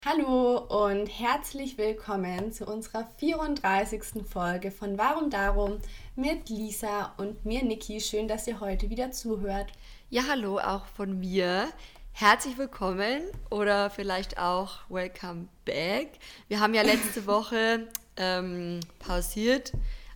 Hallo und herzlich willkommen zu unserer 34. Folge von Warum Darum mit Lisa und mir, Niki. Schön, dass ihr heute wieder zuhört. Ja, hallo auch von mir. Herzlich willkommen oder vielleicht auch Welcome back. Wir haben ja letzte Woche pausiert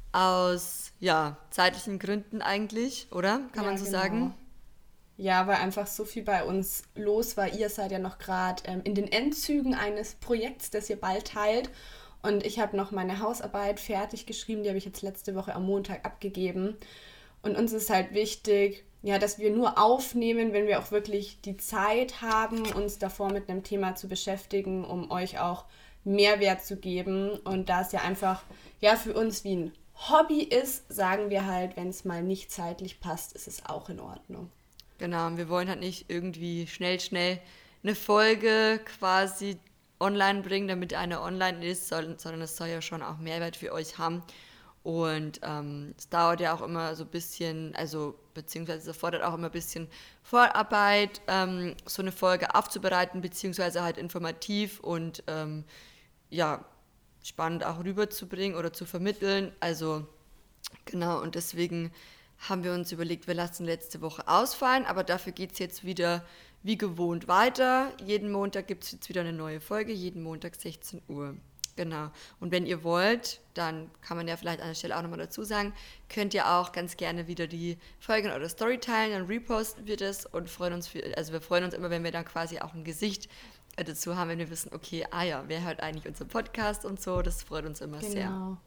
aus zeitlichen Gründen eigentlich, oder? Kann man Ja, so genau. sagen? Ja, weil einfach so viel bei uns los war. Ihr seid ja noch gerade in den Endzügen eines Projekts, das ihr bald teilt. Und ich habe noch meine Hausarbeit fertig geschrieben. Die habe ich jetzt letzte Woche am Montag abgegeben. Und uns ist halt wichtig, ja, dass wir nur aufnehmen, wenn wir auch wirklich die Zeit haben, uns davor mit einem Thema zu beschäftigen, um euch auch Mehrwert zu geben. Und da es ja einfach ja für uns wie ein Hobby ist, sagen wir halt, wenn es mal nicht zeitlich passt, ist es auch in Ordnung. Genau, und wir wollen halt nicht irgendwie schnell eine Folge quasi online bringen, damit eine online ist, sondern es soll ja schon auch Mehrwert für euch haben. Und es dauert ja auch immer so ein bisschen, also beziehungsweise es erfordert auch immer ein bisschen Vorarbeit, so eine Folge aufzubereiten, beziehungsweise halt informativ und ja, spannend auch rüberzubringen oder zu vermitteln. Also genau, und deswegen haben wir uns überlegt, wir lassen letzte Woche ausfallen, aber dafür geht es jetzt wieder wie gewohnt weiter. Jeden Montag gibt es jetzt wieder eine neue Folge, jeden Montag 16 Uhr. Genau. Und wenn ihr wollt, dann kann man ja vielleicht an der Stelle auch nochmal dazu sagen, könnt ihr auch ganz gerne wieder die Folge in eure Story teilen, dann reposten wir das und freuen uns also wir freuen uns immer, wenn wir dann quasi auch ein Gesicht dazu haben, wenn wir wissen, okay, ah ja, wer hört eigentlich unseren Podcast und so, das freut uns immer sehr. Genau.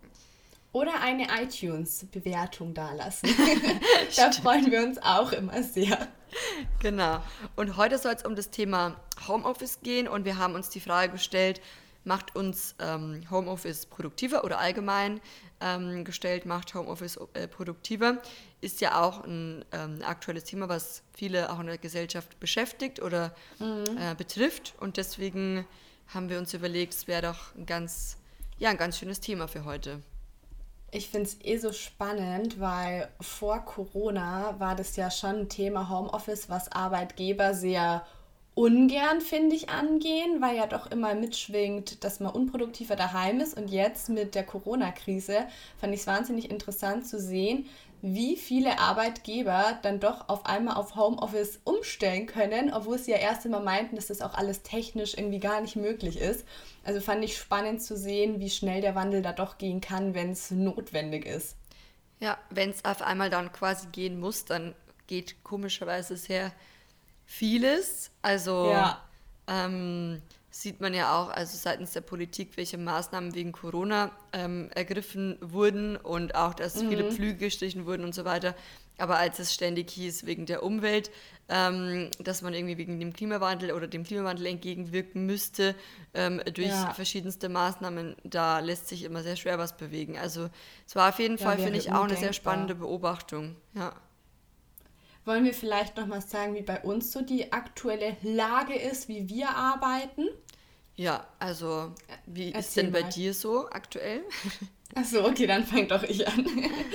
Oder eine iTunes-Bewertung dalassen. Da freuen wir uns auch immer sehr. Genau. Und heute soll es um das Thema Homeoffice gehen und wir haben uns die Frage gestellt, macht uns Homeoffice produktiver oder allgemein gestellt, macht Homeoffice produktiver? Ist ja auch ein aktuelles Thema, was viele auch in der Gesellschaft beschäftigt oder betrifft. Und deswegen haben wir uns überlegt, es wäre doch ein ganz schönes Thema für heute. Ich finde es eh so spannend, weil vor Corona war das ja schon ein Thema Homeoffice, was Arbeitgeber sehr ungern, finde ich, angehen, weil ja doch immer mitschwingt, dass man unproduktiver daheim ist. Und jetzt mit der Corona-Krise fand ich es wahnsinnig interessant zu sehen, wie viele Arbeitgeber dann doch auf einmal auf Homeoffice umstellen können, obwohl sie ja erst immer meinten, dass das auch alles technisch irgendwie gar nicht möglich ist. Also fand ich spannend zu sehen, wie schnell der Wandel da doch gehen kann, wenn es notwendig ist. Ja, wenn es auf einmal dann quasi gehen muss, dann geht komischerweise sehr vieles. Also Ja, sieht man ja auch, also seitens der Politik, welche Maßnahmen wegen Corona ergriffen wurden und auch, dass viele Flüge gestrichen wurden und so weiter. Aber als es ständig hieß, wegen der Umwelt, dass man irgendwie wegen dem Klimawandel oder dem Klimawandel entgegenwirken müsste, durch ja, verschiedenste Maßnahmen, da lässt sich immer sehr schwer was bewegen. Also es war auf jeden ja, Fall, finde wäre ich, auch eine sehr spannende undenkbar. Beobachtung. Ja. Wollen wir vielleicht noch mal sagen, wie bei uns so die aktuelle Lage ist, wie wir arbeiten? Ja, also wie ist Erzähl denn bei mal. dir so aktuell? Achso, okay, dann fang doch ich an.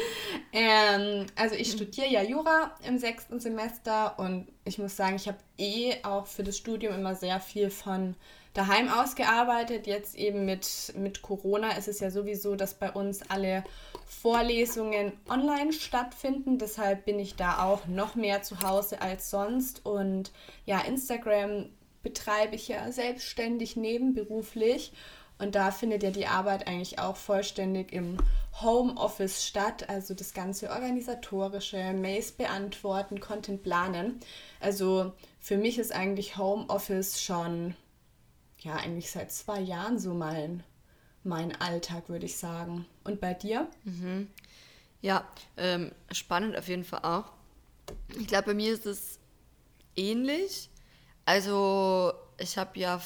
Also ich studiere ja Jura im 6. Semester und ich muss sagen, ich habe auch für das Studium immer sehr viel von daheim aus gearbeitet. Jetzt eben mit Corona ist es ja sowieso, dass bei uns alle Vorlesungen online stattfinden. Deshalb bin ich da auch noch mehr zu Hause als sonst. Und ja, Instagram betreibe ich ja selbstständig nebenberuflich. Und da findet ja die Arbeit eigentlich auch vollständig im Homeoffice statt. Also das ganze organisatorische, Mails beantworten, Content planen. Also für mich ist eigentlich Homeoffice schon, ja, eigentlich seit 2 Jahren so mein Alltag, würde ich sagen. Und bei dir? Ja, spannend auf jeden Fall auch. Ich glaube, bei mir ist es ähnlich. Also ich habe ja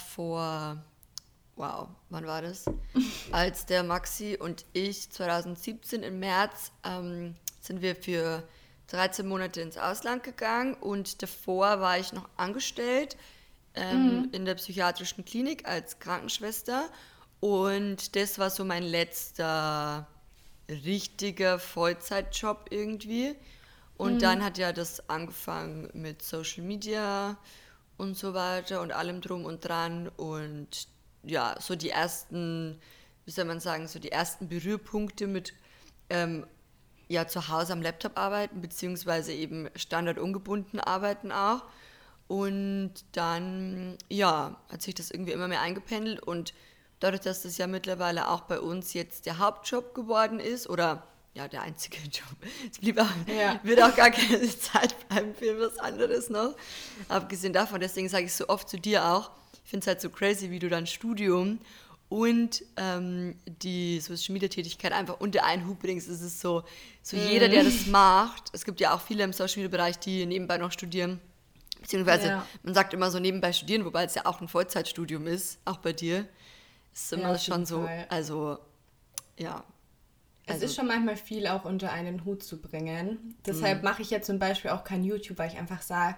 wow, wann war das? Als der Maxi und ich 2017 im März sind wir für 13 Monate ins Ausland gegangen und davor war ich noch angestellt in der psychiatrischen Klinik als Krankenschwester und das war so mein letzter richtiger Vollzeitjob irgendwie. Und dann hat ja das angefangen mit Social Media und so weiter und allem drum und dran und ja, so die ersten, wie soll man sagen, so die ersten Berührpunkte mit ja, zu Hause am Laptop arbeiten, beziehungsweise eben standardungebunden arbeiten auch. Und dann, ja, hat sich das irgendwie immer mehr eingependelt und dadurch, dass das ja mittlerweile auch bei uns jetzt der Hauptjob geworden ist oder ja, der einzige Job, es wird auch gar keine Zeit bleiben für was anderes noch, abgesehen davon, deswegen sage ich so oft zu dir auch, ich finde es halt so crazy, wie du dein Studium und die Social Media Tätigkeit einfach unter einen Hut bringst. Es ist so jeder, der das macht, es gibt ja auch viele im Social Media Bereich, die nebenbei noch studieren, beziehungsweise man sagt immer so nebenbei studieren, wobei es ja auch ein Vollzeitstudium ist, auch bei dir. Ist immer schon so, also, ja. Es ist schon manchmal viel auch unter einen Hut zu bringen. Deshalb mache ich jetzt zum Beispiel auch kein YouTube, weil ich einfach sage,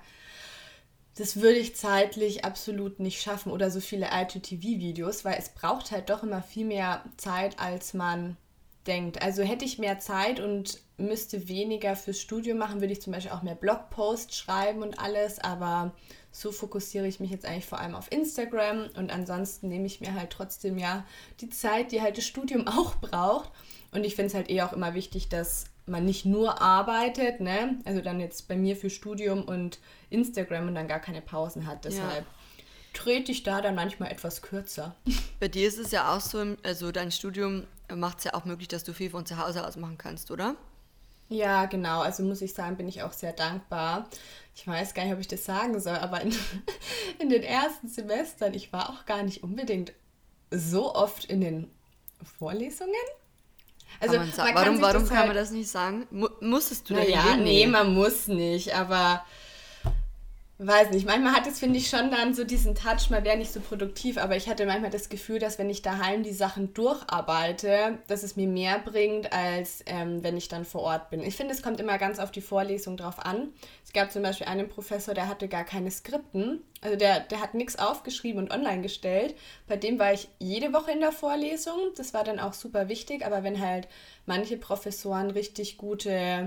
das würde ich zeitlich absolut nicht schaffen oder so viele IGTV-Videos, weil es braucht halt doch immer viel mehr Zeit, als man denkt. Also hätte ich mehr Zeit und müsste weniger fürs Studium machen, würde ich zum Beispiel auch mehr Blogposts schreiben und alles, aber so fokussiere ich mich jetzt eigentlich vor allem auf Instagram und ansonsten nehme ich mir halt trotzdem ja die Zeit, die halt das Studium auch braucht und ich finde es halt auch immer wichtig, dass man nicht nur arbeitet, ne? Also dann jetzt bei mir für Studium und Instagram und dann gar keine Pausen hat, deshalb trete ich da dann manchmal etwas kürzer. Bei dir ist es ja auch so, also dein Studium macht es ja auch möglich, dass du viel von zu Hause aus machen kannst, oder? Ja, genau. Also muss ich sagen, bin ich auch sehr dankbar. Ich weiß gar nicht, ob ich das sagen soll, aber in den ersten Semestern, ich war auch gar nicht unbedingt so oft in den Vorlesungen. Also warum kann man das nicht sagen? Musstest du da hingehen? Nee, man muss nicht, aber weiß nicht, manchmal hat es, finde ich, schon dann so diesen Touch, man wäre nicht so produktiv, aber ich hatte manchmal das Gefühl, dass wenn ich daheim die Sachen durcharbeite, dass es mir mehr bringt, als wenn ich dann vor Ort bin. Ich finde, es kommt immer ganz auf die Vorlesung drauf an. Es gab zum Beispiel einen Professor, der hatte gar keine Skripten, also der hat nichts aufgeschrieben und online gestellt. Bei dem war ich jede Woche in der Vorlesung, das war dann auch super wichtig, aber wenn halt manche Professoren richtig gute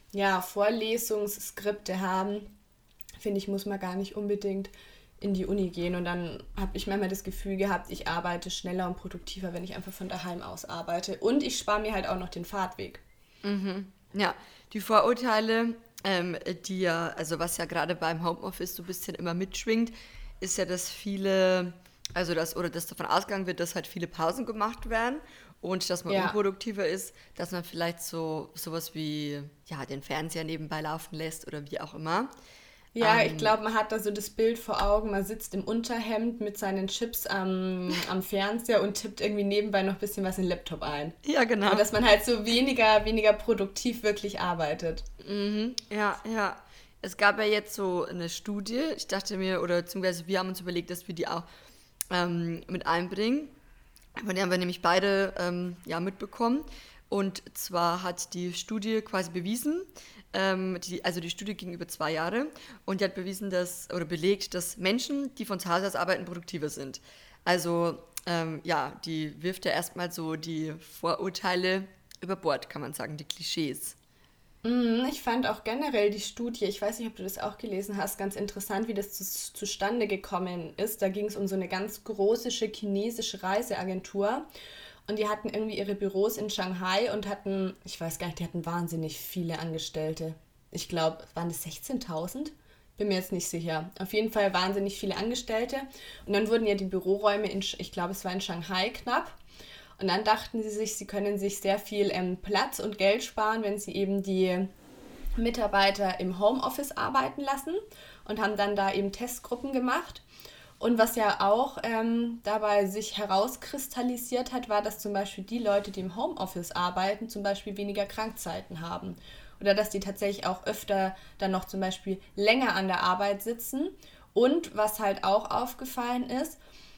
Vorlesungsskripte haben, finde ich, muss man gar nicht unbedingt in die Uni gehen. Und dann habe ich manchmal das Gefühl gehabt, ich arbeite schneller und produktiver, wenn ich einfach von daheim aus arbeite. Und ich spare mir halt auch noch den Fahrtweg. Mhm. Ja, die Vorurteile, die ja, also was ja gerade beim Homeoffice so ein bisschen immer mitschwingt, ist ja, dass viele, dass davon ausgegangen wird, dass halt viele Pausen gemacht werden und dass man unproduktiver ist, dass man vielleicht sowas wie den Fernseher nebenbei laufen lässt oder wie auch immer. Ja, ich glaube, man hat da so das Bild vor Augen, man sitzt im Unterhemd mit seinen Chips am Fernseher und tippt irgendwie nebenbei noch ein bisschen was in den Laptop ein. Ja, genau. Und dass man halt so weniger produktiv wirklich arbeitet. Mhm. Ja. Es gab ja jetzt so eine Studie, ich dachte mir, oder beziehungsweise wir haben uns überlegt, dass wir die auch mit einbringen. Von der haben wir nämlich beide mitbekommen. Und zwar hat die Studie quasi bewiesen, die Studie ging über 2 Jahre und die hat belegt, dass Menschen, die von zu Hause aus arbeiten, produktiver sind. Also die wirft ja erstmal so die Vorurteile über Bord, kann man sagen, die Klischees. Ich fand auch generell die Studie, ich weiß nicht, ob du das auch gelesen hast, ganz interessant, wie das zustande gekommen ist. Da ging es um so eine ganz große chinesische Reiseagentur. Und die hatten irgendwie ihre Büros in Shanghai und hatten, ich weiß gar nicht, die hatten wahnsinnig viele Angestellte. Ich glaube, waren das 16.000? Bin mir jetzt nicht sicher. Auf jeden Fall wahnsinnig viele Angestellte. Und dann wurden ja die Büroräume, ich glaube, es war in Shanghai knapp. Und dann dachten sie sich, sie können sich sehr viel Platz und Geld sparen, wenn sie eben die Mitarbeiter im Homeoffice arbeiten lassen und haben dann da eben Testgruppen gemacht. Und was ja auch dabei sich herauskristallisiert hat, war, dass zum Beispiel die Leute, die im Homeoffice arbeiten, zum Beispiel weniger Krankzeiten haben. Oder dass die tatsächlich auch öfter dann noch zum Beispiel länger an der Arbeit sitzen. Und was halt auch aufgefallen ist,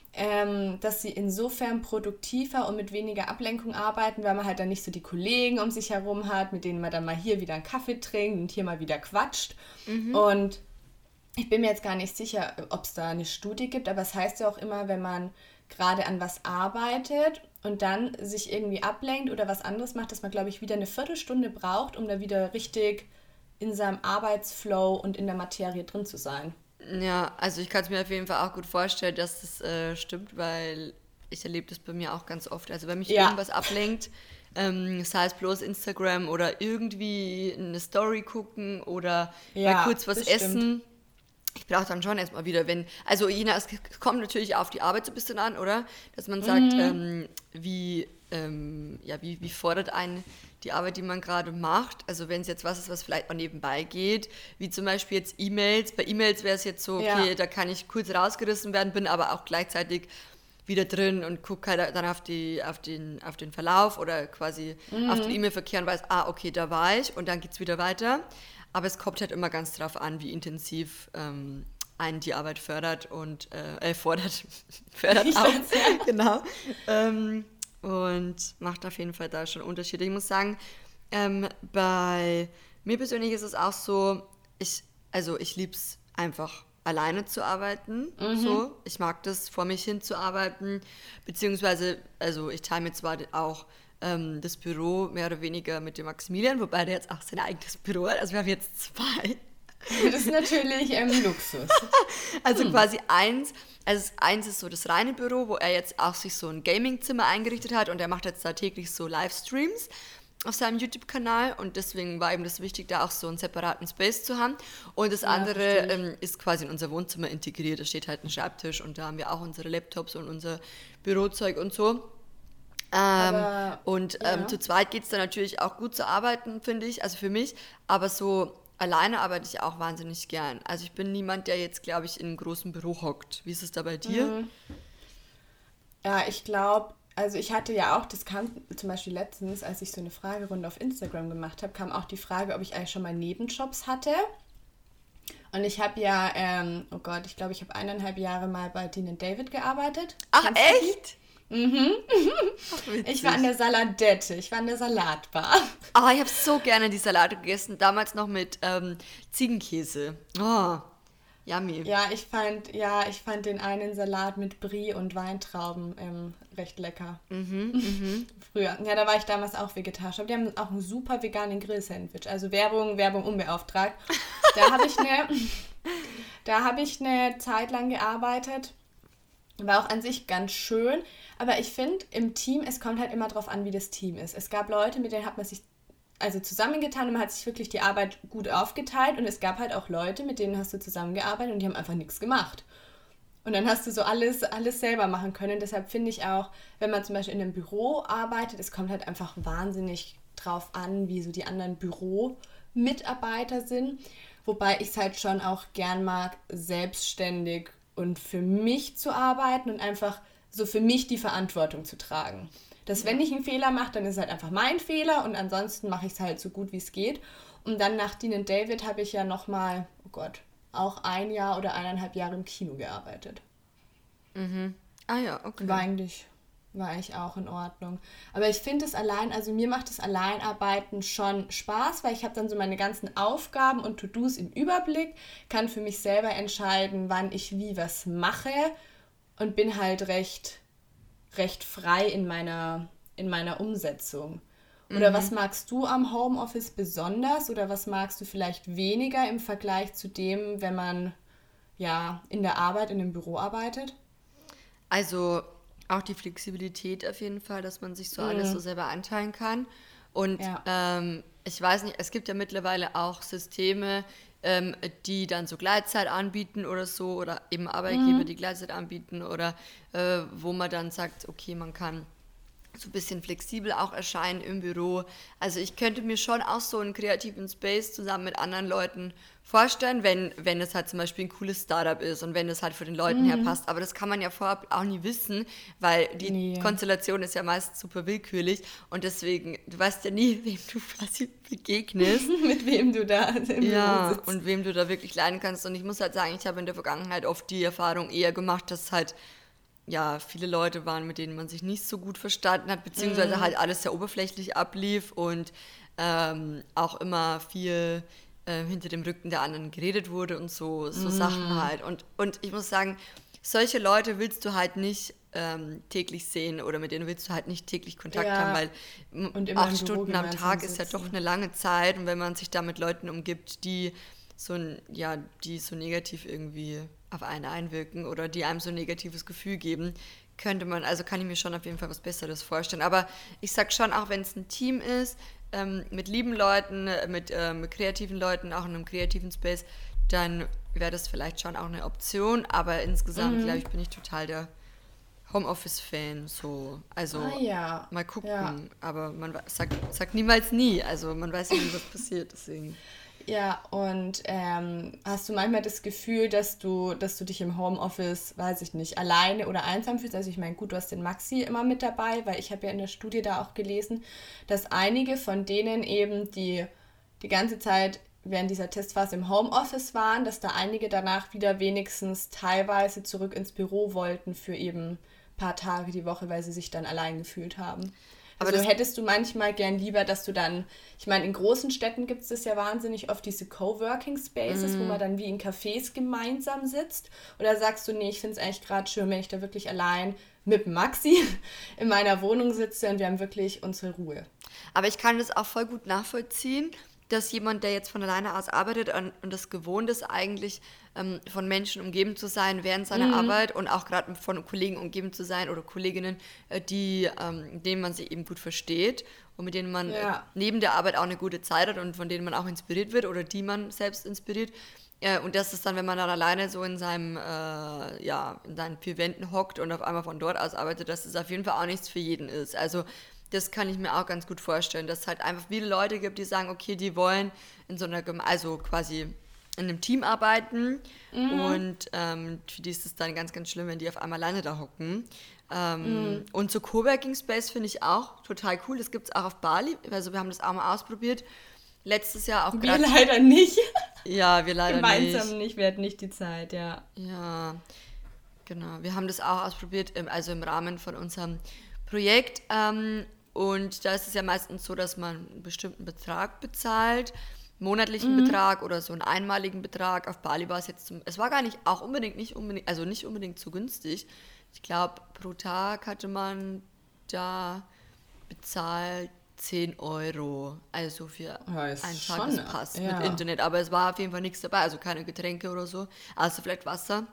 dass sie insofern produktiver und mit weniger Ablenkung arbeiten, weil man halt dann nicht so die Kollegen um sich herum hat, mit denen man dann mal hier wieder einen Kaffee trinkt und hier mal wieder quatscht. Und ich bin mir jetzt gar nicht sicher, ob es da eine Studie gibt, aber es heißt ja auch immer, wenn man gerade an was arbeitet und dann sich irgendwie ablenkt oder was anderes macht, dass man, glaube ich, wieder eine Viertelstunde braucht, um da wieder richtig in seinem Arbeitsflow und in der Materie drin zu sein. Ja, also ich kann es mir auf jeden Fall auch gut vorstellen, dass das stimmt, weil ich erlebe das bei mir auch ganz oft. Also wenn mich irgendwas ablenkt, sei es bloß Instagram oder irgendwie eine Story gucken oder mal kurz was essen. Ich brauche dann schon erstmal wieder, also es kommt natürlich auf die Arbeit so ein bisschen an, oder? Dass man sagt, wie fordert einen die Arbeit, die man gerade macht. Also wenn es jetzt was ist, was vielleicht mal nebenbei geht, wie zum Beispiel jetzt E-Mails. Bei E-Mails wäre es jetzt so, okay, da kann ich kurz rausgerissen werden, bin aber auch gleichzeitig wieder drin und gucke halt dann auf den Verlauf oder quasi auf den E-Mail-Verkehr und weiß, okay, da war ich und dann geht es wieder weiter. Aber es kommt halt immer ganz drauf an, wie intensiv einen die Arbeit fördert und fördert auch, genau. Und macht auf jeden Fall da schon Unterschiede. Ich muss sagen, bei mir persönlich ist es auch so, ich liebe es einfach alleine zu arbeiten. So. Ich mag das, vor mich hin zu arbeiten, beziehungsweise, also ich teile mir zwar auch das Büro mehr oder weniger mit dem Maximilian, wobei der jetzt auch sein eigenes Büro hat, also wir haben jetzt 2. Das ist natürlich Luxus. Also quasi eins ist so das reine Büro, wo er jetzt auch sich so ein Gaming-Zimmer eingerichtet hat und er macht jetzt da täglich so Livestreams auf seinem YouTube-Kanal und deswegen war ihm das wichtig, da auch so einen separaten Space zu haben. Und das andere ist quasi in unser Wohnzimmer integriert, da steht halt ein Schreibtisch und da haben wir auch unsere Laptops und unser Bürozeug und so. Zu zweit geht es dann natürlich auch gut zu arbeiten, finde ich, also für mich, aber so alleine arbeite ich auch wahnsinnig gern. Also ich bin niemand, der jetzt, glaube ich, in einem großen Büro hockt. Wie ist es da bei dir? Ja, ich glaube, also ich hatte ja auch, das kam zum Beispiel letztens, als ich so eine Fragerunde auf Instagram gemacht habe, kam auch die Frage, ob ich eigentlich schon mal Nebenjobs hatte. Und ich habe ja, ich glaube, ich habe 1,5 Jahre mal bei Dean & David gearbeitet. Ach, echt? Ach, ich war an der Saladette, ich war an der Salatbar. Ich habe so gerne die Salate gegessen, damals noch mit Ziegenkäse. Oh, yummy. Ja, ich fand den einen Salat mit Brie und Weintrauben recht lecker. Früher. Ja, da war ich damals auch vegetarisch. Aber die haben auch einen super veganen Grill-Sandwich. Also Werbung unbeauftragt. Da habe ich eine Zeit lang gearbeitet. War auch an sich ganz schön. Aber ich finde, im Team, es kommt halt immer drauf an, wie das Team ist. Es gab Leute, mit denen hat man sich zusammengetan und man hat sich wirklich die Arbeit gut aufgeteilt. Und es gab halt auch Leute, mit denen hast du zusammengearbeitet und die haben einfach nichts gemacht. Und dann hast du so alles selber machen können. Deshalb finde ich auch, wenn man zum Beispiel in einem Büro arbeitet, es kommt halt einfach wahnsinnig drauf an, wie so die anderen Büromitarbeiter sind. Wobei ich es halt schon auch gern mag, selbstständig und für mich zu arbeiten und einfach so für mich die Verantwortung zu tragen. Dass wenn ich einen Fehler mache, dann ist es halt einfach mein Fehler und ansonsten mache ich es halt so gut wie es geht. Und dann nach Dean & David habe ich ja nochmal, auch 1 Jahr oder 1,5 Jahre im Kino gearbeitet. Ja, okay. War eigentlich auch in Ordnung. Aber ich finde mir macht das Alleinarbeiten schon Spaß, weil ich habe dann so meine ganzen Aufgaben und To-Dos im Überblick, kann für mich selber entscheiden, wann ich wie was mache und bin halt recht frei in meiner Umsetzung. Oder was magst du am Homeoffice besonders oder was magst du vielleicht weniger im Vergleich zu dem, wenn man ja in der Arbeit, in dem Büro arbeitet? Also auch die Flexibilität auf jeden Fall, dass man sich so alles so selber einteilen kann. Und ich weiß nicht, es gibt ja mittlerweile auch Systeme, die dann so Gleitzeit anbieten oder so, oder eben Arbeitgeber, die Gleitzeit anbieten oder wo man dann sagt, okay, man kann so ein bisschen flexibel auch erscheinen im Büro. Also ich könnte mir schon auch so einen kreativen Space zusammen mit anderen Leuten vorstellen, wenn es halt zum Beispiel ein cooles Startup ist und wenn es halt für den Leuten her passt. Aber das kann man ja vorab auch nie wissen, weil die Konstellation ist ja meist super willkürlich und deswegen, du weißt ja nie, wem du quasi begegnest. Mit wem du da im Büro sitzt. Und wem du da wirklich leiden kannst. Und ich muss halt sagen, ich habe in der Vergangenheit oft die Erfahrung eher gemacht, dass halt viele Leute waren, mit denen man sich nicht so gut verstanden hat, beziehungsweise halt alles sehr oberflächlich ablief und auch immer viel hinter dem Rücken der anderen geredet wurde und so Sachen halt. Und ich muss sagen, solche Leute willst du halt nicht täglich sehen oder mit denen willst du halt nicht täglich Kontakt haben, weil 8 Stunden am Tag ist ja doch eine lange Zeit und wenn man sich da mit Leuten umgibt, die die so negativ irgendwie auf einen einwirken oder die einem so ein negatives Gefühl geben, kann ich mir schon auf jeden Fall was Besseres vorstellen. Aber ich sag schon, auch wenn es ein Team ist, mit lieben Leuten, mit kreativen Leuten, auch in einem kreativen Space, dann wäre das vielleicht schon auch eine Option. Aber insgesamt, glaube ich, bin ich total der Homeoffice-Fan. So. Also mal gucken. Ja. Aber man sagt niemals nie. Also man weiß ja nie, was passiert. Deswegen. Ja, und hast du manchmal das Gefühl, dass du dich im Homeoffice, weiß ich nicht, alleine oder einsam fühlst? Also ich meine, gut, du hast den Maxi immer mit dabei, weil ich habe ja in der Studie da auch gelesen, dass einige von denen eben, die ganze Zeit während dieser Testphase im Homeoffice waren, dass da einige danach wieder wenigstens teilweise zurück ins Büro wollten für eben ein paar Tage die Woche, weil sie sich dann allein gefühlt haben. Aber also hättest du manchmal gern lieber, dass du dann, ich meine, in großen Städten gibt es ja wahnsinnig oft diese Coworking Spaces, wo man dann wie in Cafés gemeinsam sitzt. Oder sagst du, nee, ich finde es eigentlich gerade schön, wenn ich da wirklich allein mit Maxi in meiner Wohnung sitze und wir haben wirklich unsere Ruhe. Aber ich kann das auch voll gut nachvollziehen, dass jemand, der jetzt von alleine aus arbeitet und das gewohnt ist, eigentlich von Menschen umgeben zu sein während seiner Arbeit und auch gerade von Kollegen umgeben zu sein oder Kolleginnen, denen man sich eben gut versteht und mit denen man neben der Arbeit auch eine gute Zeit hat und von denen man auch inspiriert wird oder die man selbst inspiriert. Und das ist dann, wenn man dann alleine so in seinen 4 Wänden hockt und auf einmal von dort aus arbeitet, dass es auf jeden Fall auch nichts für jeden ist. Also das kann ich mir auch ganz gut vorstellen, dass es halt einfach viele Leute gibt, die sagen, okay, die wollen in so einer, also quasi in einem Team arbeiten und für die ist es dann ganz, ganz schlimm, wenn die auf einmal alleine da hocken. Und so Coworking Space finde ich auch total cool. Das gibt es auch auf Bali, also wir haben das auch mal ausprobiert. Letztes Jahr auch gerade. Wir leider nicht. Ja, wir leider gemeinsam nicht. Wir hatten nicht die Zeit, ja. Ja, genau. Wir haben das auch ausprobiert, also im Rahmen von unserem Projekt. Und da ist es ja meistens so, dass man einen bestimmten Betrag bezahlt, monatlichen Betrag oder so einen einmaligen Betrag. Auf Bali war es jetzt, es war gar nicht nicht unbedingt so günstig. Ich glaube, pro Tag hatte man da bezahlt 10 Euro, also für einen Tagespass mit Internet. Aber es war auf jeden Fall nichts dabei, also keine Getränke oder so, also vielleicht Wasser.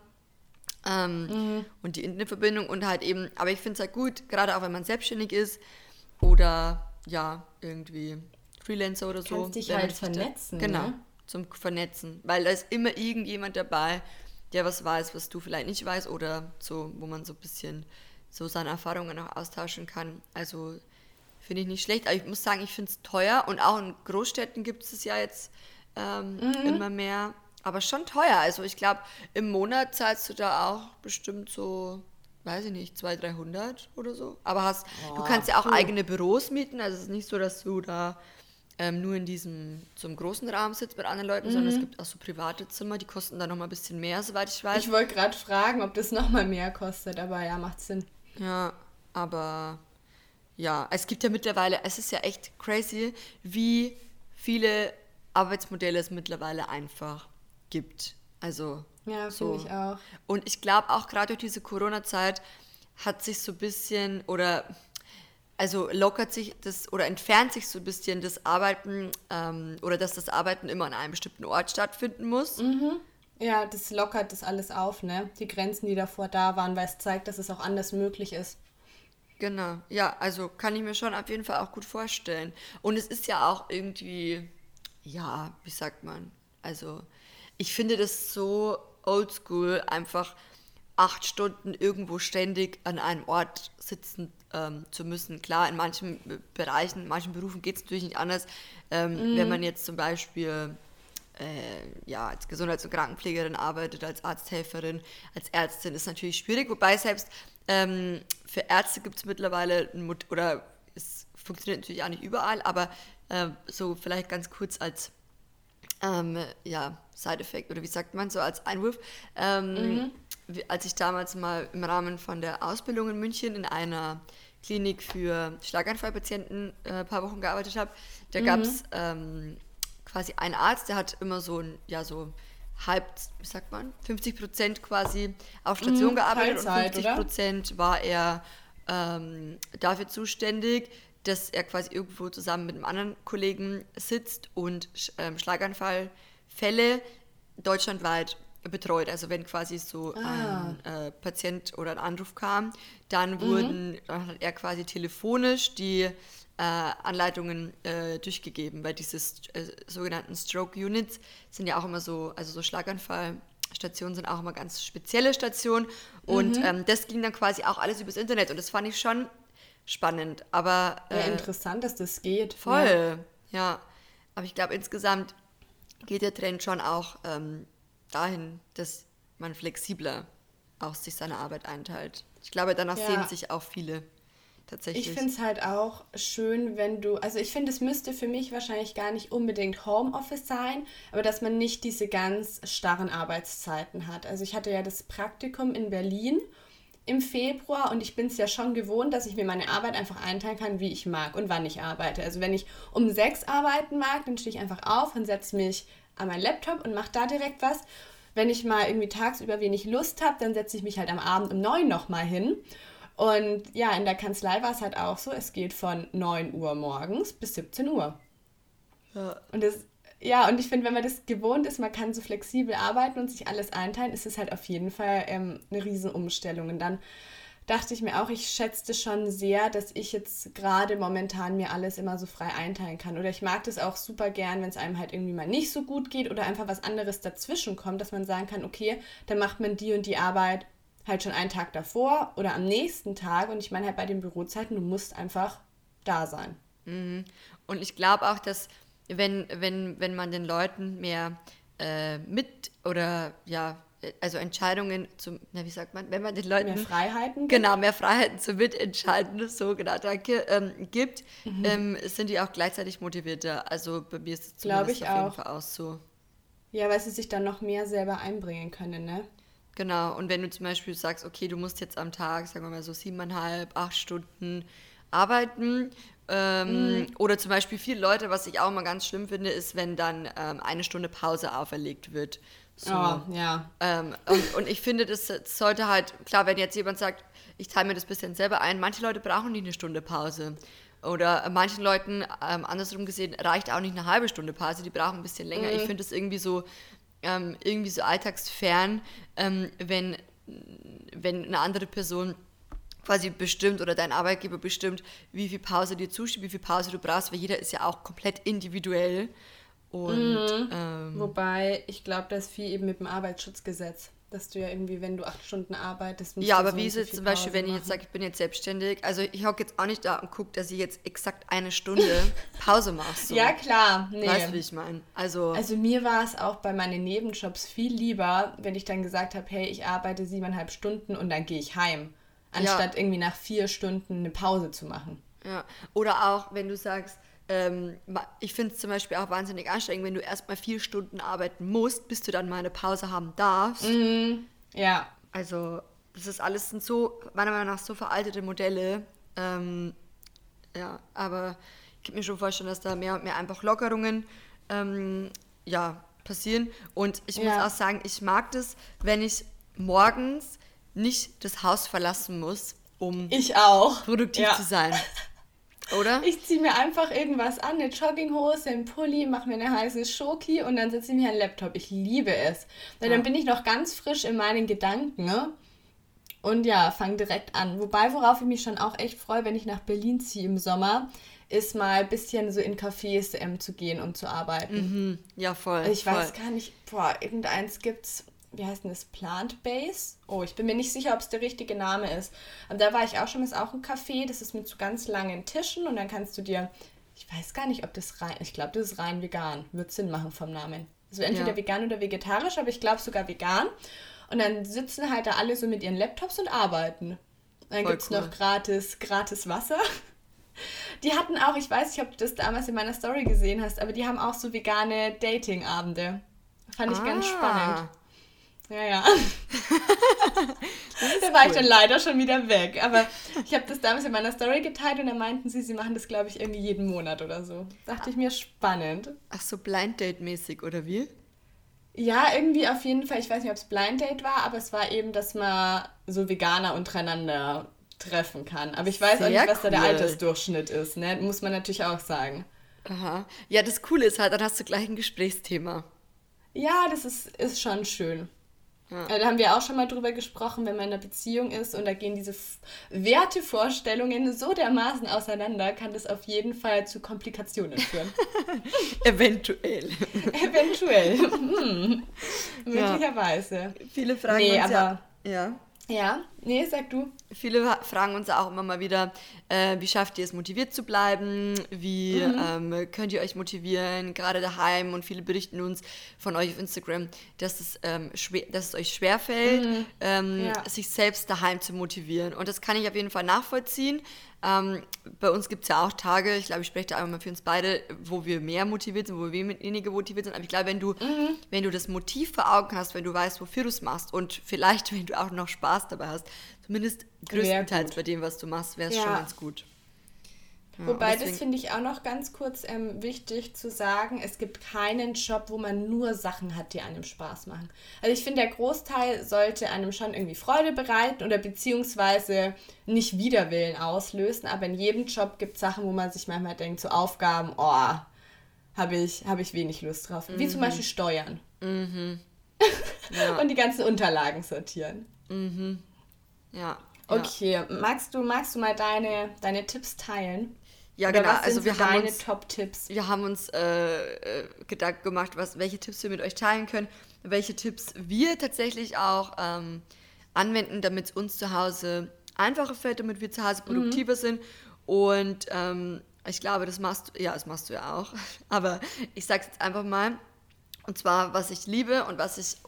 Und die Internetverbindung und halt eben, aber ich finde es halt gut, gerade auch wenn man selbstständig ist oder ja, irgendwie Freelancer oder so. Kannst dich halt vernetzen. Genau, zum Vernetzen, weil da ist immer irgendjemand dabei, der was weiß, was du vielleicht nicht weißt oder so, wo man so ein bisschen so seine Erfahrungen auch austauschen kann. Also finde ich nicht schlecht, aber ich muss sagen, ich finde es teuer und auch in Großstädten gibt es ja jetzt immer mehr. Aber schon teuer. Also ich glaube, im Monat zahlst du da auch bestimmt so, weiß ich nicht, 200, 300 oder so. Aber du kannst ja auch eigene Büros mieten. Also es ist nicht so, dass du da nur in so großen Raum sitzt mit anderen Leuten, sondern es gibt auch so private Zimmer, die kosten dann nochmal ein bisschen mehr, soweit ich weiß. Ich wollte gerade fragen, ob das nochmal mehr kostet, aber ja, macht Sinn. Ja, aber ja, es gibt ja mittlerweile, es ist ja echt crazy, wie viele Arbeitsmodelle es mittlerweile einfach gibt. Also ja, finde ich auch. Und ich glaube auch gerade durch diese Corona-Zeit hat sich so ein bisschen lockert sich das oder entfernt sich so ein bisschen das Arbeiten oder dass das Arbeiten immer an einem bestimmten Ort stattfinden muss. Ja, das lockert das alles auf, ne? Die Grenzen, die davor da waren, weil es zeigt, dass es auch anders möglich ist. Genau, ja, also kann ich mir schon auf jeden Fall auch gut vorstellen. Und es ist ja auch irgendwie, ja, wie sagt man, also ich finde das so oldschool, einfach 8 Stunden irgendwo ständig an einem Ort sitzen zu müssen. Klar, in manchen Bereichen, in manchen Berufen geht es natürlich nicht anders. Wenn man jetzt zum Beispiel als Gesundheits- und Krankenpflegerin arbeitet, als Arzthelferin, als Ärztin, ist natürlich schwierig. Wobei selbst für Ärzte gibt es mittlerweile, oder es funktioniert natürlich auch nicht überall, aber so vielleicht ganz kurz als Side-Effekt oder wie sagt man, so als Einwurf. Als ich damals mal im Rahmen von der Ausbildung in München in einer Klinik für Schlaganfallpatienten ein paar Wochen gearbeitet habe, da gab es quasi einen Arzt, der hat immer so 50% quasi auf Station gearbeitet Teilzeit, und 50% war er dafür zuständig, dass er quasi irgendwo zusammen mit einem anderen Kollegen sitzt und Schlaganfallfälle deutschlandweit betreut. Also wenn quasi so ein Patient oder ein Anruf kam, dann dann hat er quasi telefonisch die Anleitungen durchgegeben, weil diese sogenannten Stroke Units sind ja auch immer so, also so Schlaganfallstationen sind auch immer ganz spezielle Stationen und das ging dann quasi auch alles übers Internet und das fand ich schon spannend, aber... interessant, dass das geht. Voll, ja. Aber ich glaube, insgesamt geht der Trend schon auch dahin, dass man flexibler auch sich seine Arbeit einteilt. Ich glaube, danach sehen sich auch viele tatsächlich. Ich finde es halt auch schön, wenn du, also ich finde, es müsste für mich wahrscheinlich gar nicht unbedingt Homeoffice sein, aber dass man nicht diese ganz starren Arbeitszeiten hat. Also ich hatte ja das Praktikum in Berlin im Februar und ich bin es ja schon gewohnt, dass ich mir meine Arbeit einfach einteilen kann, wie ich mag und wann ich arbeite. Also wenn ich um 6 arbeiten mag, dann stehe ich einfach auf und setze mich an meinen Laptop und mache da direkt was. Wenn ich mal irgendwie tagsüber wenig Lust habe, dann setze ich mich halt am Abend um 9 nochmal hin. Und ja, in der Kanzlei war es halt auch so, es geht von 9 Uhr morgens bis 17 Uhr. Ja. Und ich finde, wenn man das gewohnt ist, man kann so flexibel arbeiten und sich alles einteilen, ist es halt auf jeden Fall eine Riesenumstellung. Und dann dachte ich mir auch, ich schätzte schon sehr, dass ich jetzt gerade momentan mir alles immer so frei einteilen kann. Oder ich mag das auch super gern, wenn es einem halt irgendwie mal nicht so gut geht oder einfach was anderes dazwischen kommt, dass man sagen kann, okay, dann macht man die und die Arbeit halt schon einen Tag davor oder am nächsten Tag. Und ich meine halt bei den Bürozeiten, du musst einfach da sein. Mhm. Und ich glaube auch, dass wenn man den Leuten mehr mit oder ja, also Entscheidungen wie sagt man, wenn man den Leuten... Mehr Freiheiten gibt. Genau, mehr Freiheiten zum Mitentscheiden, so genau, danke, gibt, sind die auch gleichzeitig motivierter. Also bei mir ist es zumindest auf jeden Fall auch so. Ja, weil sie sich dann noch mehr selber einbringen können, ne? Genau, und wenn du zum Beispiel sagst, okay, du musst jetzt am Tag, sagen wir mal so 7,5, 8 Stunden arbeiten, oder zum Beispiel viele Leute, was ich auch mal ganz schlimm finde, ist, wenn dann 1 Stunde Pause auferlegt wird. So. Oh, ja. Und ich finde, das sollte halt, klar, wenn jetzt jemand sagt, ich teile mir das ein bisschen selber ein, manche Leute brauchen nicht 1 Stunde Pause. Oder manchen Leuten, andersrum gesehen, reicht auch nicht eine halbe Stunde Pause, die brauchen ein bisschen länger. Ich finde es irgendwie so alltagsfern, wenn eine andere Person quasi bestimmt oder dein Arbeitgeber bestimmt, wie viel Pause dir zusteht, wie viel Pause du brauchst, weil jeder ist ja auch komplett individuell. Und, Wobei, ich glaube, das ist viel eben mit dem Arbeitsschutzgesetz, dass du ja irgendwie, wenn du 8 Stunden arbeitest, musst ja, du aber so wie und ist so jetzt viel zum Beispiel, Pause wenn ich jetzt machen. sage, ich bin jetzt selbstständig, also ich hocke jetzt auch nicht da und gucke, dass ich jetzt exakt 1 Stunde Pause mache. So. Ja, klar, nee. Weißt du, wie ich meine? Also mir war es auch bei meinen Nebenjobs viel lieber, wenn ich dann gesagt habe, hey, ich arbeite 7,5 Stunden und dann gehe ich heim, anstatt irgendwie nach 4 Stunden eine Pause zu machen. Ja, oder auch, wenn du sagst, ich finde es zum Beispiel auch wahnsinnig anstrengend, wenn du erstmal 4 Stunden arbeiten musst, bis du dann mal eine Pause haben darfst. Ja. Also, das ist alles sind so, meiner Meinung nach, so veraltete Modelle. Ja, aber ich kann mir schon vorstellen, dass da mehr und mehr einfach Lockerungen passieren. Und ich muss auch sagen, ich mag das, wenn ich morgens nicht das Haus verlassen muss, um Ich auch. produktiv zu sein. Oder? Ich ziehe mir einfach irgendwas an, eine Jogginghose, einen Pulli, mache mir eine heiße Schoki und dann setze ich mir einen Laptop. Ich liebe es. Weil dann bin ich noch ganz frisch in meinen Gedanken, ne? Und ja, fange direkt an. Wobei, worauf ich mich schon auch echt freue, wenn ich nach Berlin ziehe im Sommer, ist mal ein bisschen so in Cafés zu gehen und zu arbeiten. Ja, voll. Ich weiß gar nicht, irgendeins gibt's, wie heißt denn das, Plant-Based? Oh, ich bin mir nicht sicher, ob es der richtige Name ist. Aber da war ich auch schon, das ist auch ein Café, das ist mit so ganz langen Tischen und dann kannst du dir, ich weiß gar nicht, ob das ich glaube, das ist rein vegan, wird Sinn machen vom Namen. Also entweder vegan oder vegetarisch, aber ich glaube sogar vegan. Und dann sitzen halt da alle so mit ihren Laptops und arbeiten. Dann gibt es noch gratis Wasser. Die hatten auch, ich weiß nicht, ob du das damals in meiner Story gesehen hast, aber die haben auch so vegane Dating-Abende. Fand ich ganz spannend. Ja. Da war ich dann leider schon wieder weg. Aber ich habe das damals in meiner Story geteilt und dann meinten sie machen das, glaube ich, irgendwie jeden Monat oder so. Dachte ich mir, spannend. Ach so, Blind Date-mäßig, oder wie? Ja, irgendwie auf jeden Fall. Ich weiß nicht, ob es Blind Date war, aber es war eben, dass man so Veganer untereinander treffen kann. Aber ich weiß auch nicht, was da der Altersdurchschnitt ist, ne? Muss man natürlich auch sagen. Aha. Ja, das Coole ist halt, dann hast du gleich ein Gesprächsthema. Ja, das ist schon schön. Ja. Da haben wir auch schon mal drüber gesprochen, wenn man in einer Beziehung ist und da gehen diese Wertevorstellungen so dermaßen auseinander, kann das auf jeden Fall zu Komplikationen führen. Eventuell. Eventuell. Möglicherweise. Viele fragen Nee, uns aber... ja. Ja, nee, sag du. Viele fragen uns auch immer mal wieder, wie schafft ihr es, motiviert zu bleiben? Wie könnt ihr euch motivieren, gerade daheim? Und viele berichten uns von euch auf Instagram, dass es euch schwerfällt, sich selbst daheim zu motivieren. Und das kann ich auf jeden Fall nachvollziehen. Bei uns gibt es ja auch Tage, ich glaube, ich spreche da einmal mal für uns beide, wo wir mehr motiviert sind, wo wir weniger motiviert sind. Aber ich glaube, wenn du das Motiv vor Augen hast, wenn du weißt, wofür du es machst und vielleicht, wenn du auch noch Spaß dabei hast, zumindest größtenteils bei dem, was du machst, wäre es schon ganz gut. Ja, wobei, das finde ich auch noch ganz kurz wichtig zu sagen, es gibt keinen Job, wo man nur Sachen hat, die einem Spaß machen. Also ich finde, der Großteil sollte einem schon irgendwie Freude bereiten oder beziehungsweise nicht Widerwillen auslösen, aber in jedem Job gibt es Sachen, wo man sich manchmal denkt, so Aufgaben, habe ich wenig Lust drauf. Wie zum Beispiel Steuern. Ja. Und die ganzen Unterlagen sortieren. Ja. Okay, magst du mal deine Tipps teilen? Ja, oder genau. Was sind also wir haben deine uns Top-Tipps? Wir haben uns Gedanken gemacht, welche Tipps wir mit euch teilen können, welche Tipps wir tatsächlich auch anwenden, damit es uns zu Hause einfacher fällt, damit wir zu Hause produktiver sind. Und ich glaube, das machst du ja auch. Aber ich sag's jetzt einfach mal. Und zwar, was ich liebe und was ich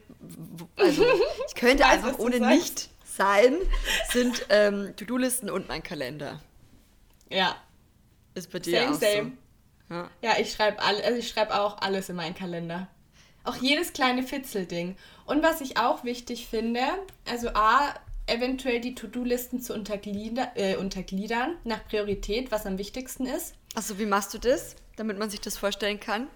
ich könnte einfach ohne nicht sein, sind To-Do-Listen und mein Kalender. Ja. Ist bei dir auch same. So. Ja, ich schreibe auch alles in meinen Kalender. Auch jedes kleine Fitzelding. Und was ich auch wichtig finde, also eventuell die To-Do-Listen zu untergliedern nach Priorität, was am wichtigsten ist. Achso, wie machst du das, damit man sich das vorstellen kann?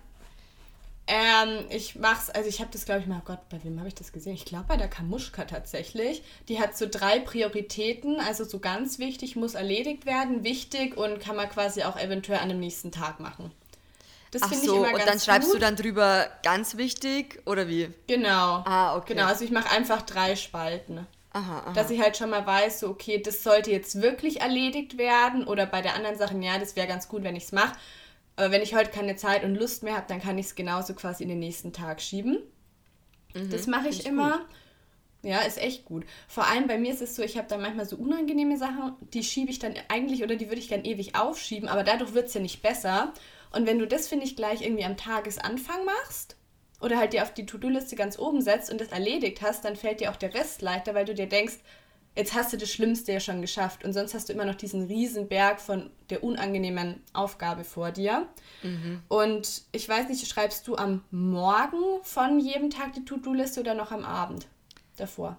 Ich habe das, glaube ich mal, Gott, bei wem habe ich das gesehen? Ich glaube bei der Kamuschka tatsächlich. Die hat so 3 Prioritäten, also so ganz wichtig, muss erledigt werden, wichtig und kann man quasi auch eventuell an dem nächsten Tag machen. Das finde ich immer ganz gut. Und dann schreibst du dann drüber ganz wichtig, oder wie? Genau. Okay. Genau, also ich mache einfach 3 Spalten. Aha. Dass ich halt schon mal weiß, so okay, das sollte jetzt wirklich erledigt werden oder bei der anderen Sache, ja, das wäre ganz gut, wenn ich es mache. Aber wenn ich heute keine Zeit und Lust mehr habe, dann kann ich es genauso quasi in den nächsten Tag schieben. Das mache ich immer. Gut. Ja, ist echt gut. Vor allem bei mir ist es so, ich habe da manchmal so unangenehme Sachen, die schiebe ich dann eigentlich oder die würde ich dann ewig aufschieben, aber dadurch wird es ja nicht besser. Und wenn du das, finde ich, gleich irgendwie am Tagesanfang machst oder halt dir auf die To-Do-Liste ganz oben setzt und das erledigt hast, dann fällt dir auch der Rest leichter, weil du dir denkst, jetzt hast du das Schlimmste ja schon geschafft und sonst hast du immer noch diesen riesen Berg von der unangenehmen Aufgabe vor dir. Und ich weiß nicht, schreibst du am Morgen von jedem Tag die To-Do-Liste oder noch am Abend davor?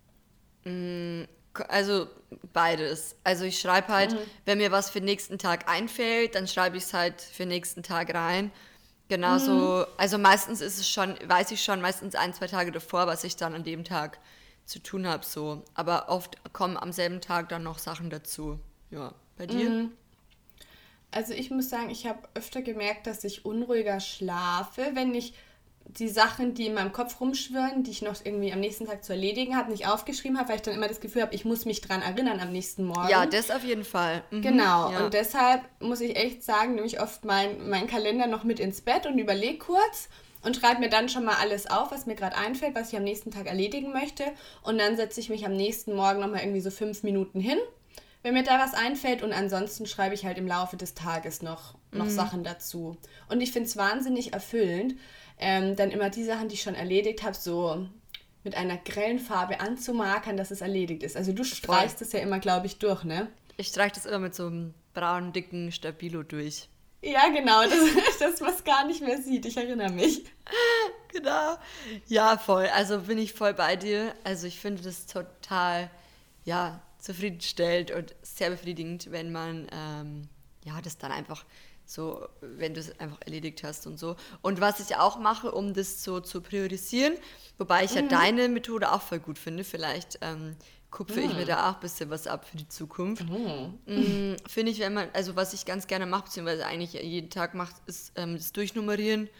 Also beides. Also ich schreibe halt, wenn mir was für den nächsten Tag einfällt, dann schreibe ich es halt für den nächsten Tag rein. Genauso, also meistens weiß ich schon meistens 1-2 Tage davor, was ich dann an dem Tag zu tun habe, so. Aber oft kommen am selben Tag dann noch Sachen dazu. Ja, bei dir? Also ich muss sagen, ich habe öfter gemerkt, dass ich unruhiger schlafe, wenn ich die Sachen, die in meinem Kopf rumschwirren, die ich noch irgendwie am nächsten Tag zu erledigen habe, nicht aufgeschrieben habe, weil ich dann immer das Gefühl habe, ich muss mich dran erinnern am nächsten Morgen. Ja, das auf jeden Fall. Genau, ja. Und deshalb muss ich echt sagen, nehme ich oft meinen Kalender noch mit ins Bett und überlege kurz und schreibe mir dann schon mal alles auf, was mir gerade einfällt, was ich am nächsten Tag erledigen möchte. Und dann setze ich mich am nächsten Morgen nochmal irgendwie so 5 Minuten hin, wenn mir da was einfällt. Und ansonsten schreibe ich halt im Laufe des Tages noch Sachen dazu. Und ich finde es wahnsinnig erfüllend, dann immer die Sachen, die ich schon erledigt habe, so mit einer grellen Farbe anzumarkern, dass es erledigt ist. Also du streichst es ja immer, glaube ich, durch, ne? Ich streiche das immer mit so einem braunen, dicken Stabilo durch. Ja, genau, das was gar nicht mehr sieht. Ich erinnere mich. Genau. Ja, voll. Also bin ich voll bei dir. Also ich finde das total, zufriedenstellend und sehr befriedigend, wenn man, das dann einfach so, wenn du es einfach erledigt hast und so. Und was ich auch mache, um das so zu priorisieren, wobei ich ja deine Methode auch voll gut finde, vielleicht kupfe ich mir da auch ein bisschen was ab für die Zukunft. Finde ich, wenn man, also was ich ganz gerne mache, beziehungsweise eigentlich jeden Tag macht, ist das Durchnummerieren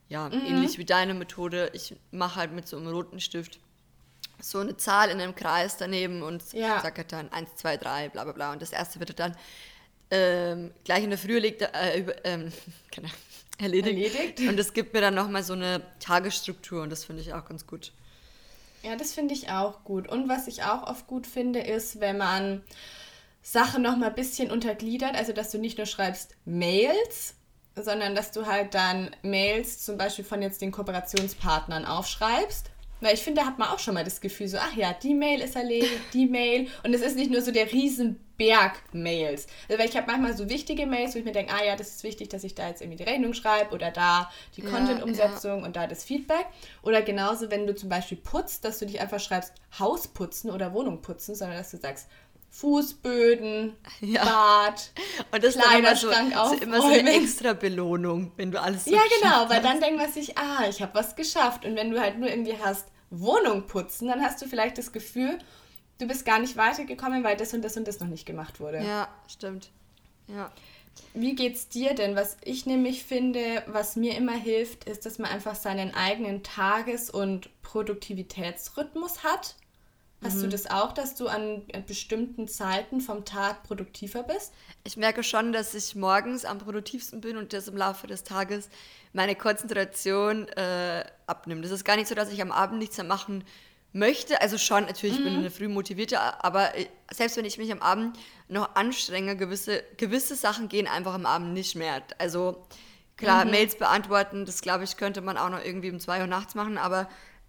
ja, ähnlich wie deine Methode. Ich mache halt mit so einem roten Stift so eine Zahl in einem Kreis daneben und sage halt dann 1, 2, 3, bla bla bla. Und das erste wird dann gleich in der Früh genau, erledigt. Und das gibt mir dann nochmal so eine Tagesstruktur und das finde ich auch ganz gut. Ja, das finde ich auch gut. Und was ich auch oft gut finde, ist, wenn man Sachen nochmal ein bisschen untergliedert, also dass du nicht nur schreibst Mails, sondern dass du halt dann Mails zum Beispiel von jetzt den Kooperationspartnern aufschreibst. Weil ich finde, da hat man auch schon mal das Gefühl so, ach ja, die Mail ist erledigt, die Mail. Und es ist nicht nur so der Riesenberg Mails. Also weil ich habe manchmal so wichtige Mails, wo ich mir denke, ah ja, das ist wichtig, dass ich da jetzt irgendwie die Rechnung schreibe oder da die Content-Umsetzung und da das Feedback. Oder genauso, wenn du zum Beispiel putzt, dass du nicht einfach schreibst Haus putzen oder Wohnung putzen, sondern dass du sagst Fußböden, Bad, und das Kleiderschrank ist immer so eine extra Belohnung, wenn du alles so ja, genau, weil dann denkt man sich, ich habe was geschafft. Und wenn du halt nur irgendwie hast, Wohnung putzen, dann hast du vielleicht das Gefühl, du bist gar nicht weitergekommen, weil das und das und das noch nicht gemacht wurde. Ja, stimmt. Ja. Wie geht's dir denn? Was ich nämlich finde, was mir immer hilft, ist, dass man einfach seinen eigenen Tages- und Produktivitätsrhythmus hat. Hast du das auch, dass du an bestimmten Zeiten vom Tag produktiver bist? Ich merke schon, dass ich morgens am produktivsten bin und dass im Laufe des Tages meine Konzentration abnimmt. Das ist gar nicht so, dass ich am Abend nichts mehr machen möchte. Also schon, natürlich bin ich in der Früh motivierter, aber selbst wenn ich mich am Abend noch anstrenge, gewisse Sachen gehen einfach am Abend nicht mehr. Also klar, Mails beantworten, das glaube ich, könnte man auch noch irgendwie um 2 Uhr nachts machen, aber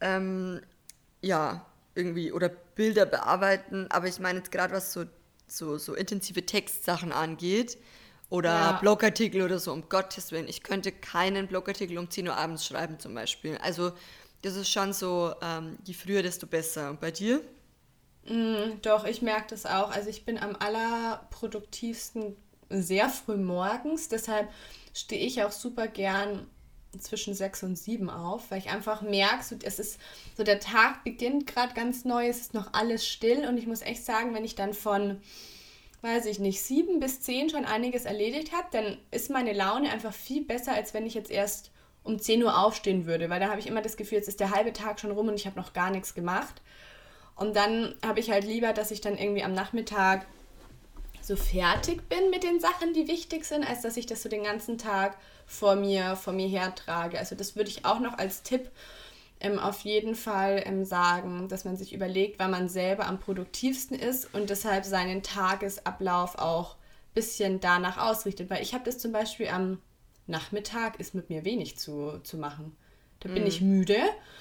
ja, irgendwie, oder Bilder bearbeiten, aber ich meine jetzt gerade, was so intensive Textsachen angeht oder Blogartikel oder so, um Gottes Willen, ich könnte keinen Blogartikel um 10 Uhr abends schreiben zum Beispiel. Also das ist schon so, je früher, desto besser. Und bei dir? Doch, ich merke das auch. Also ich bin am allerproduktivsten sehr früh morgens, deshalb stehe ich auch super gern zwischen 6 und 7 auf, weil ich einfach merke, so, es ist so, der Tag beginnt gerade ganz neu, es ist noch alles still und ich muss echt sagen, wenn ich dann von, weiß ich nicht, 7 bis 10 schon einiges erledigt habe, dann ist meine Laune einfach viel besser, als wenn ich jetzt erst um 10 Uhr aufstehen würde, weil da habe ich immer das Gefühl, jetzt ist der halbe Tag schon rum und ich habe noch gar nichts gemacht. Und dann habe ich halt lieber, dass ich dann irgendwie am Nachmittag so fertig bin mit den Sachen, die wichtig sind, als dass ich das so den ganzen Tag vor mir hertrage. Also das würde ich auch noch als Tipp auf jeden Fall sagen, dass man sich überlegt, wann man selber am produktivsten ist und deshalb seinen Tagesablauf auch ein bisschen danach ausrichtet. Weil ich habe das zum Beispiel am Nachmittag, ist mit mir wenig zu machen. Da bin ich müde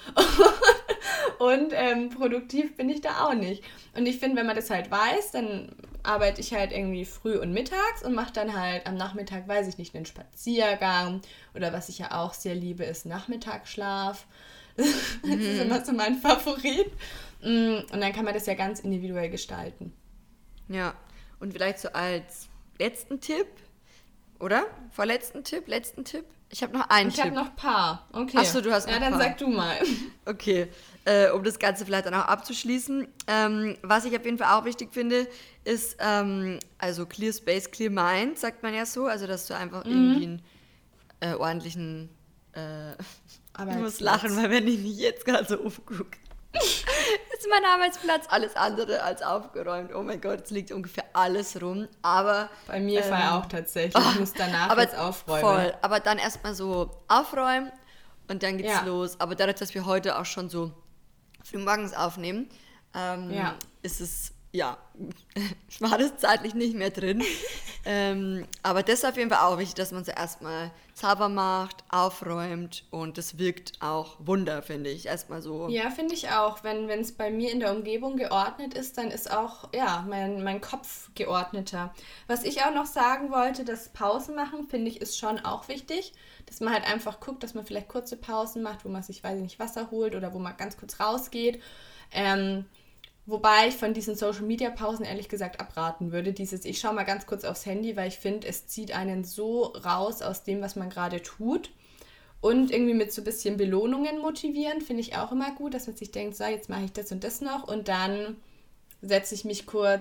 und produktiv bin ich da auch nicht. Und ich finde, wenn man das halt weiß, dann arbeite ich halt irgendwie früh und mittags und mache dann halt am Nachmittag, weiß ich nicht, einen Spaziergang oder was ich ja auch sehr liebe, ist Nachmittagsschlaf. Das ist immer so mein Favorit. Und dann kann man das ja ganz individuell gestalten. Ja, und vielleicht so als letzten Tipp, oder? Letzten Tipp? Ich habe noch einen Tipp. Ich habe noch ein paar. Okay. Achso, du hast noch ein paar. Ja, dann sag du mal. Okay, um das Ganze vielleicht dann auch abzuschließen. Was ich auf jeden Fall auch wichtig finde, ist, also Clear Space, Clear Mind, sagt man ja so. Also, dass du einfach irgendwie einen ordentlichen... ich muss lachen, weil wenn ich mich jetzt gerade so umgucke, ist mein Arbeitsplatz alles andere als aufgeräumt. Oh mein Gott, es liegt ungefähr alles rum. Aber bei mir war auch tatsächlich. Ich muss danach jetzt aufräumen. Voll, aber dann erstmal so aufräumen und dann geht's los. Aber dadurch, dass wir heute auch schon so früh morgens aufnehmen, ist es, war das zeitlich nicht mehr drin. Aber das ist auf jeden Fall auch wichtig, dass man so erstmal sauber macht, aufräumt und das wirkt auch Wunder, finde ich. Erstmal so. Ja, finde ich auch. Wenn es bei mir in der Umgebung geordnet ist, dann ist auch mein Kopf geordneter. Was ich auch noch sagen wollte, das Pausen machen, finde ich, ist schon auch wichtig. Dass man halt einfach guckt, dass man vielleicht kurze Pausen macht, wo man sich, weiß ich nicht, Wasser holt oder wo man ganz kurz rausgeht. Wobei ich von diesen Social-Media-Pausen ehrlich gesagt abraten würde. Ich schaue mal ganz kurz aufs Handy, weil ich finde, es zieht einen so raus aus dem, was man gerade tut. Und irgendwie mit so ein bisschen Belohnungen motivieren, finde ich auch immer gut, dass man sich denkt, so, jetzt mache ich das und das noch und dann setze ich mich kurz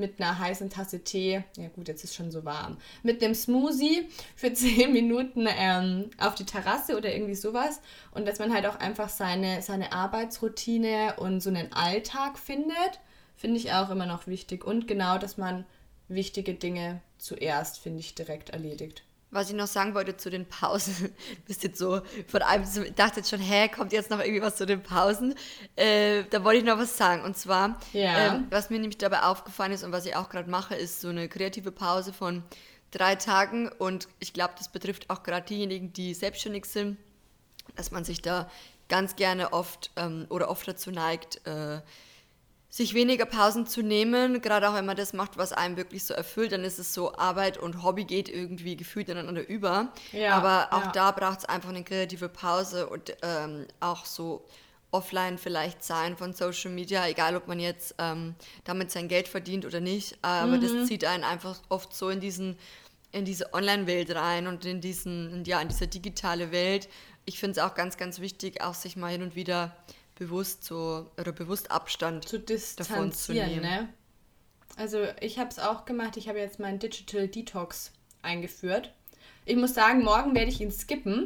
mit einer heißen Tasse Tee, ja gut, jetzt ist schon so warm, mit einem Smoothie für 10 Minuten auf die Terrasse oder irgendwie sowas. Und dass man halt auch einfach seine Arbeitsroutine und so einen Alltag findet, finde ich auch immer noch wichtig. Und genau, dass man wichtige Dinge zuerst, finde ich, direkt erledigt. Was ich noch sagen wollte zu den Pausen, bist jetzt so von einem, ich dachte jetzt schon, kommt jetzt noch irgendwie was zu den Pausen? Da wollte ich noch was sagen. Und zwar, was mir nämlich dabei aufgefallen ist und was ich auch gerade mache, ist so eine kreative Pause von 3 Tagen. Und ich glaube, das betrifft auch gerade diejenigen, die selbstständig sind, dass man sich da ganz gerne oft dazu neigt, sich weniger Pausen zu nehmen, gerade auch wenn man das macht, was einem wirklich so erfüllt, dann ist es so, Arbeit und Hobby geht irgendwie gefühlt ineinander über. Ja, aber auch da braucht es einfach eine kreative Pause und auch so offline vielleicht sein von Social Media, egal ob man jetzt damit sein Geld verdient oder nicht, aber das zieht einen einfach oft so in diese Online-Welt rein und in diese digitale Welt. Ich finde es auch ganz, ganz wichtig, auch sich mal hin und wieder bewusst Abstand davon zu nehmen. Ne? Also ich habe es auch gemacht, ich habe jetzt meinen Digital Detox eingeführt. Ich muss sagen, morgen werde ich ihn skippen,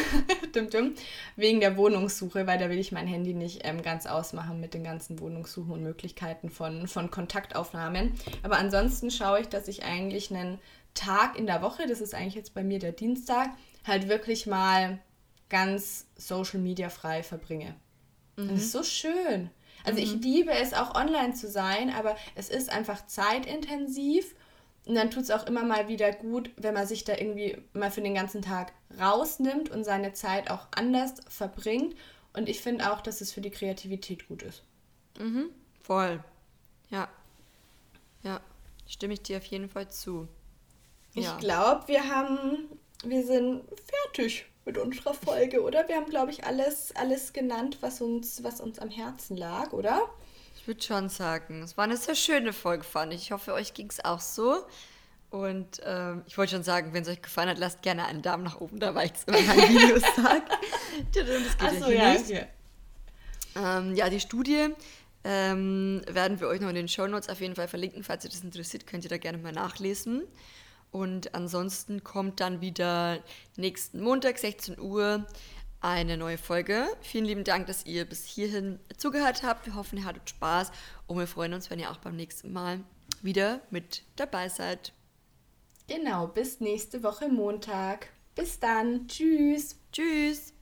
wegen der Wohnungssuche, weil da will ich mein Handy nicht ganz ausmachen mit den ganzen Wohnungssuchen und Möglichkeiten von Kontaktaufnahmen. Aber ansonsten schaue ich, dass ich eigentlich einen Tag in der Woche, das ist eigentlich jetzt bei mir der Dienstag, halt wirklich mal ganz Social Media frei verbringe. Das ist so schön. Also ich liebe es auch online zu sein, aber es ist einfach zeitintensiv und dann tut es auch immer mal wieder gut, wenn man sich da irgendwie mal für den ganzen Tag rausnimmt und seine Zeit auch anders verbringt. Und ich finde auch, dass es für die Kreativität gut ist. Voll. Ja. Ja, stimme ich dir auf jeden Fall zu. Ja. Ich glaube, wir sind fertig mit unserer Folge, oder? Wir haben, glaube ich, alles genannt, was uns am Herzen lag, oder? Ich würde schon sagen, es war eine sehr schöne Folge, fand ich. Ich hoffe, euch ging es auch so. Und ich wollte schon sagen, wenn es euch gefallen hat, lasst gerne einen Daumen nach oben da, weil ich es immer in meinen Videos sage. Das geht nicht. Ja, die Studie werden wir euch noch in den Shownotes auf jeden Fall verlinken. Falls ihr das interessiert, könnt ihr da gerne mal nachlesen. Und ansonsten kommt dann wieder nächsten Montag, 16 Uhr, eine neue Folge. Vielen lieben Dank, dass ihr bis hierhin zugehört habt. Wir hoffen, ihr hattet Spaß und wir freuen uns, wenn ihr auch beim nächsten Mal wieder mit dabei seid. Genau, bis nächste Woche Montag. Bis dann. Tschüss. Tschüss.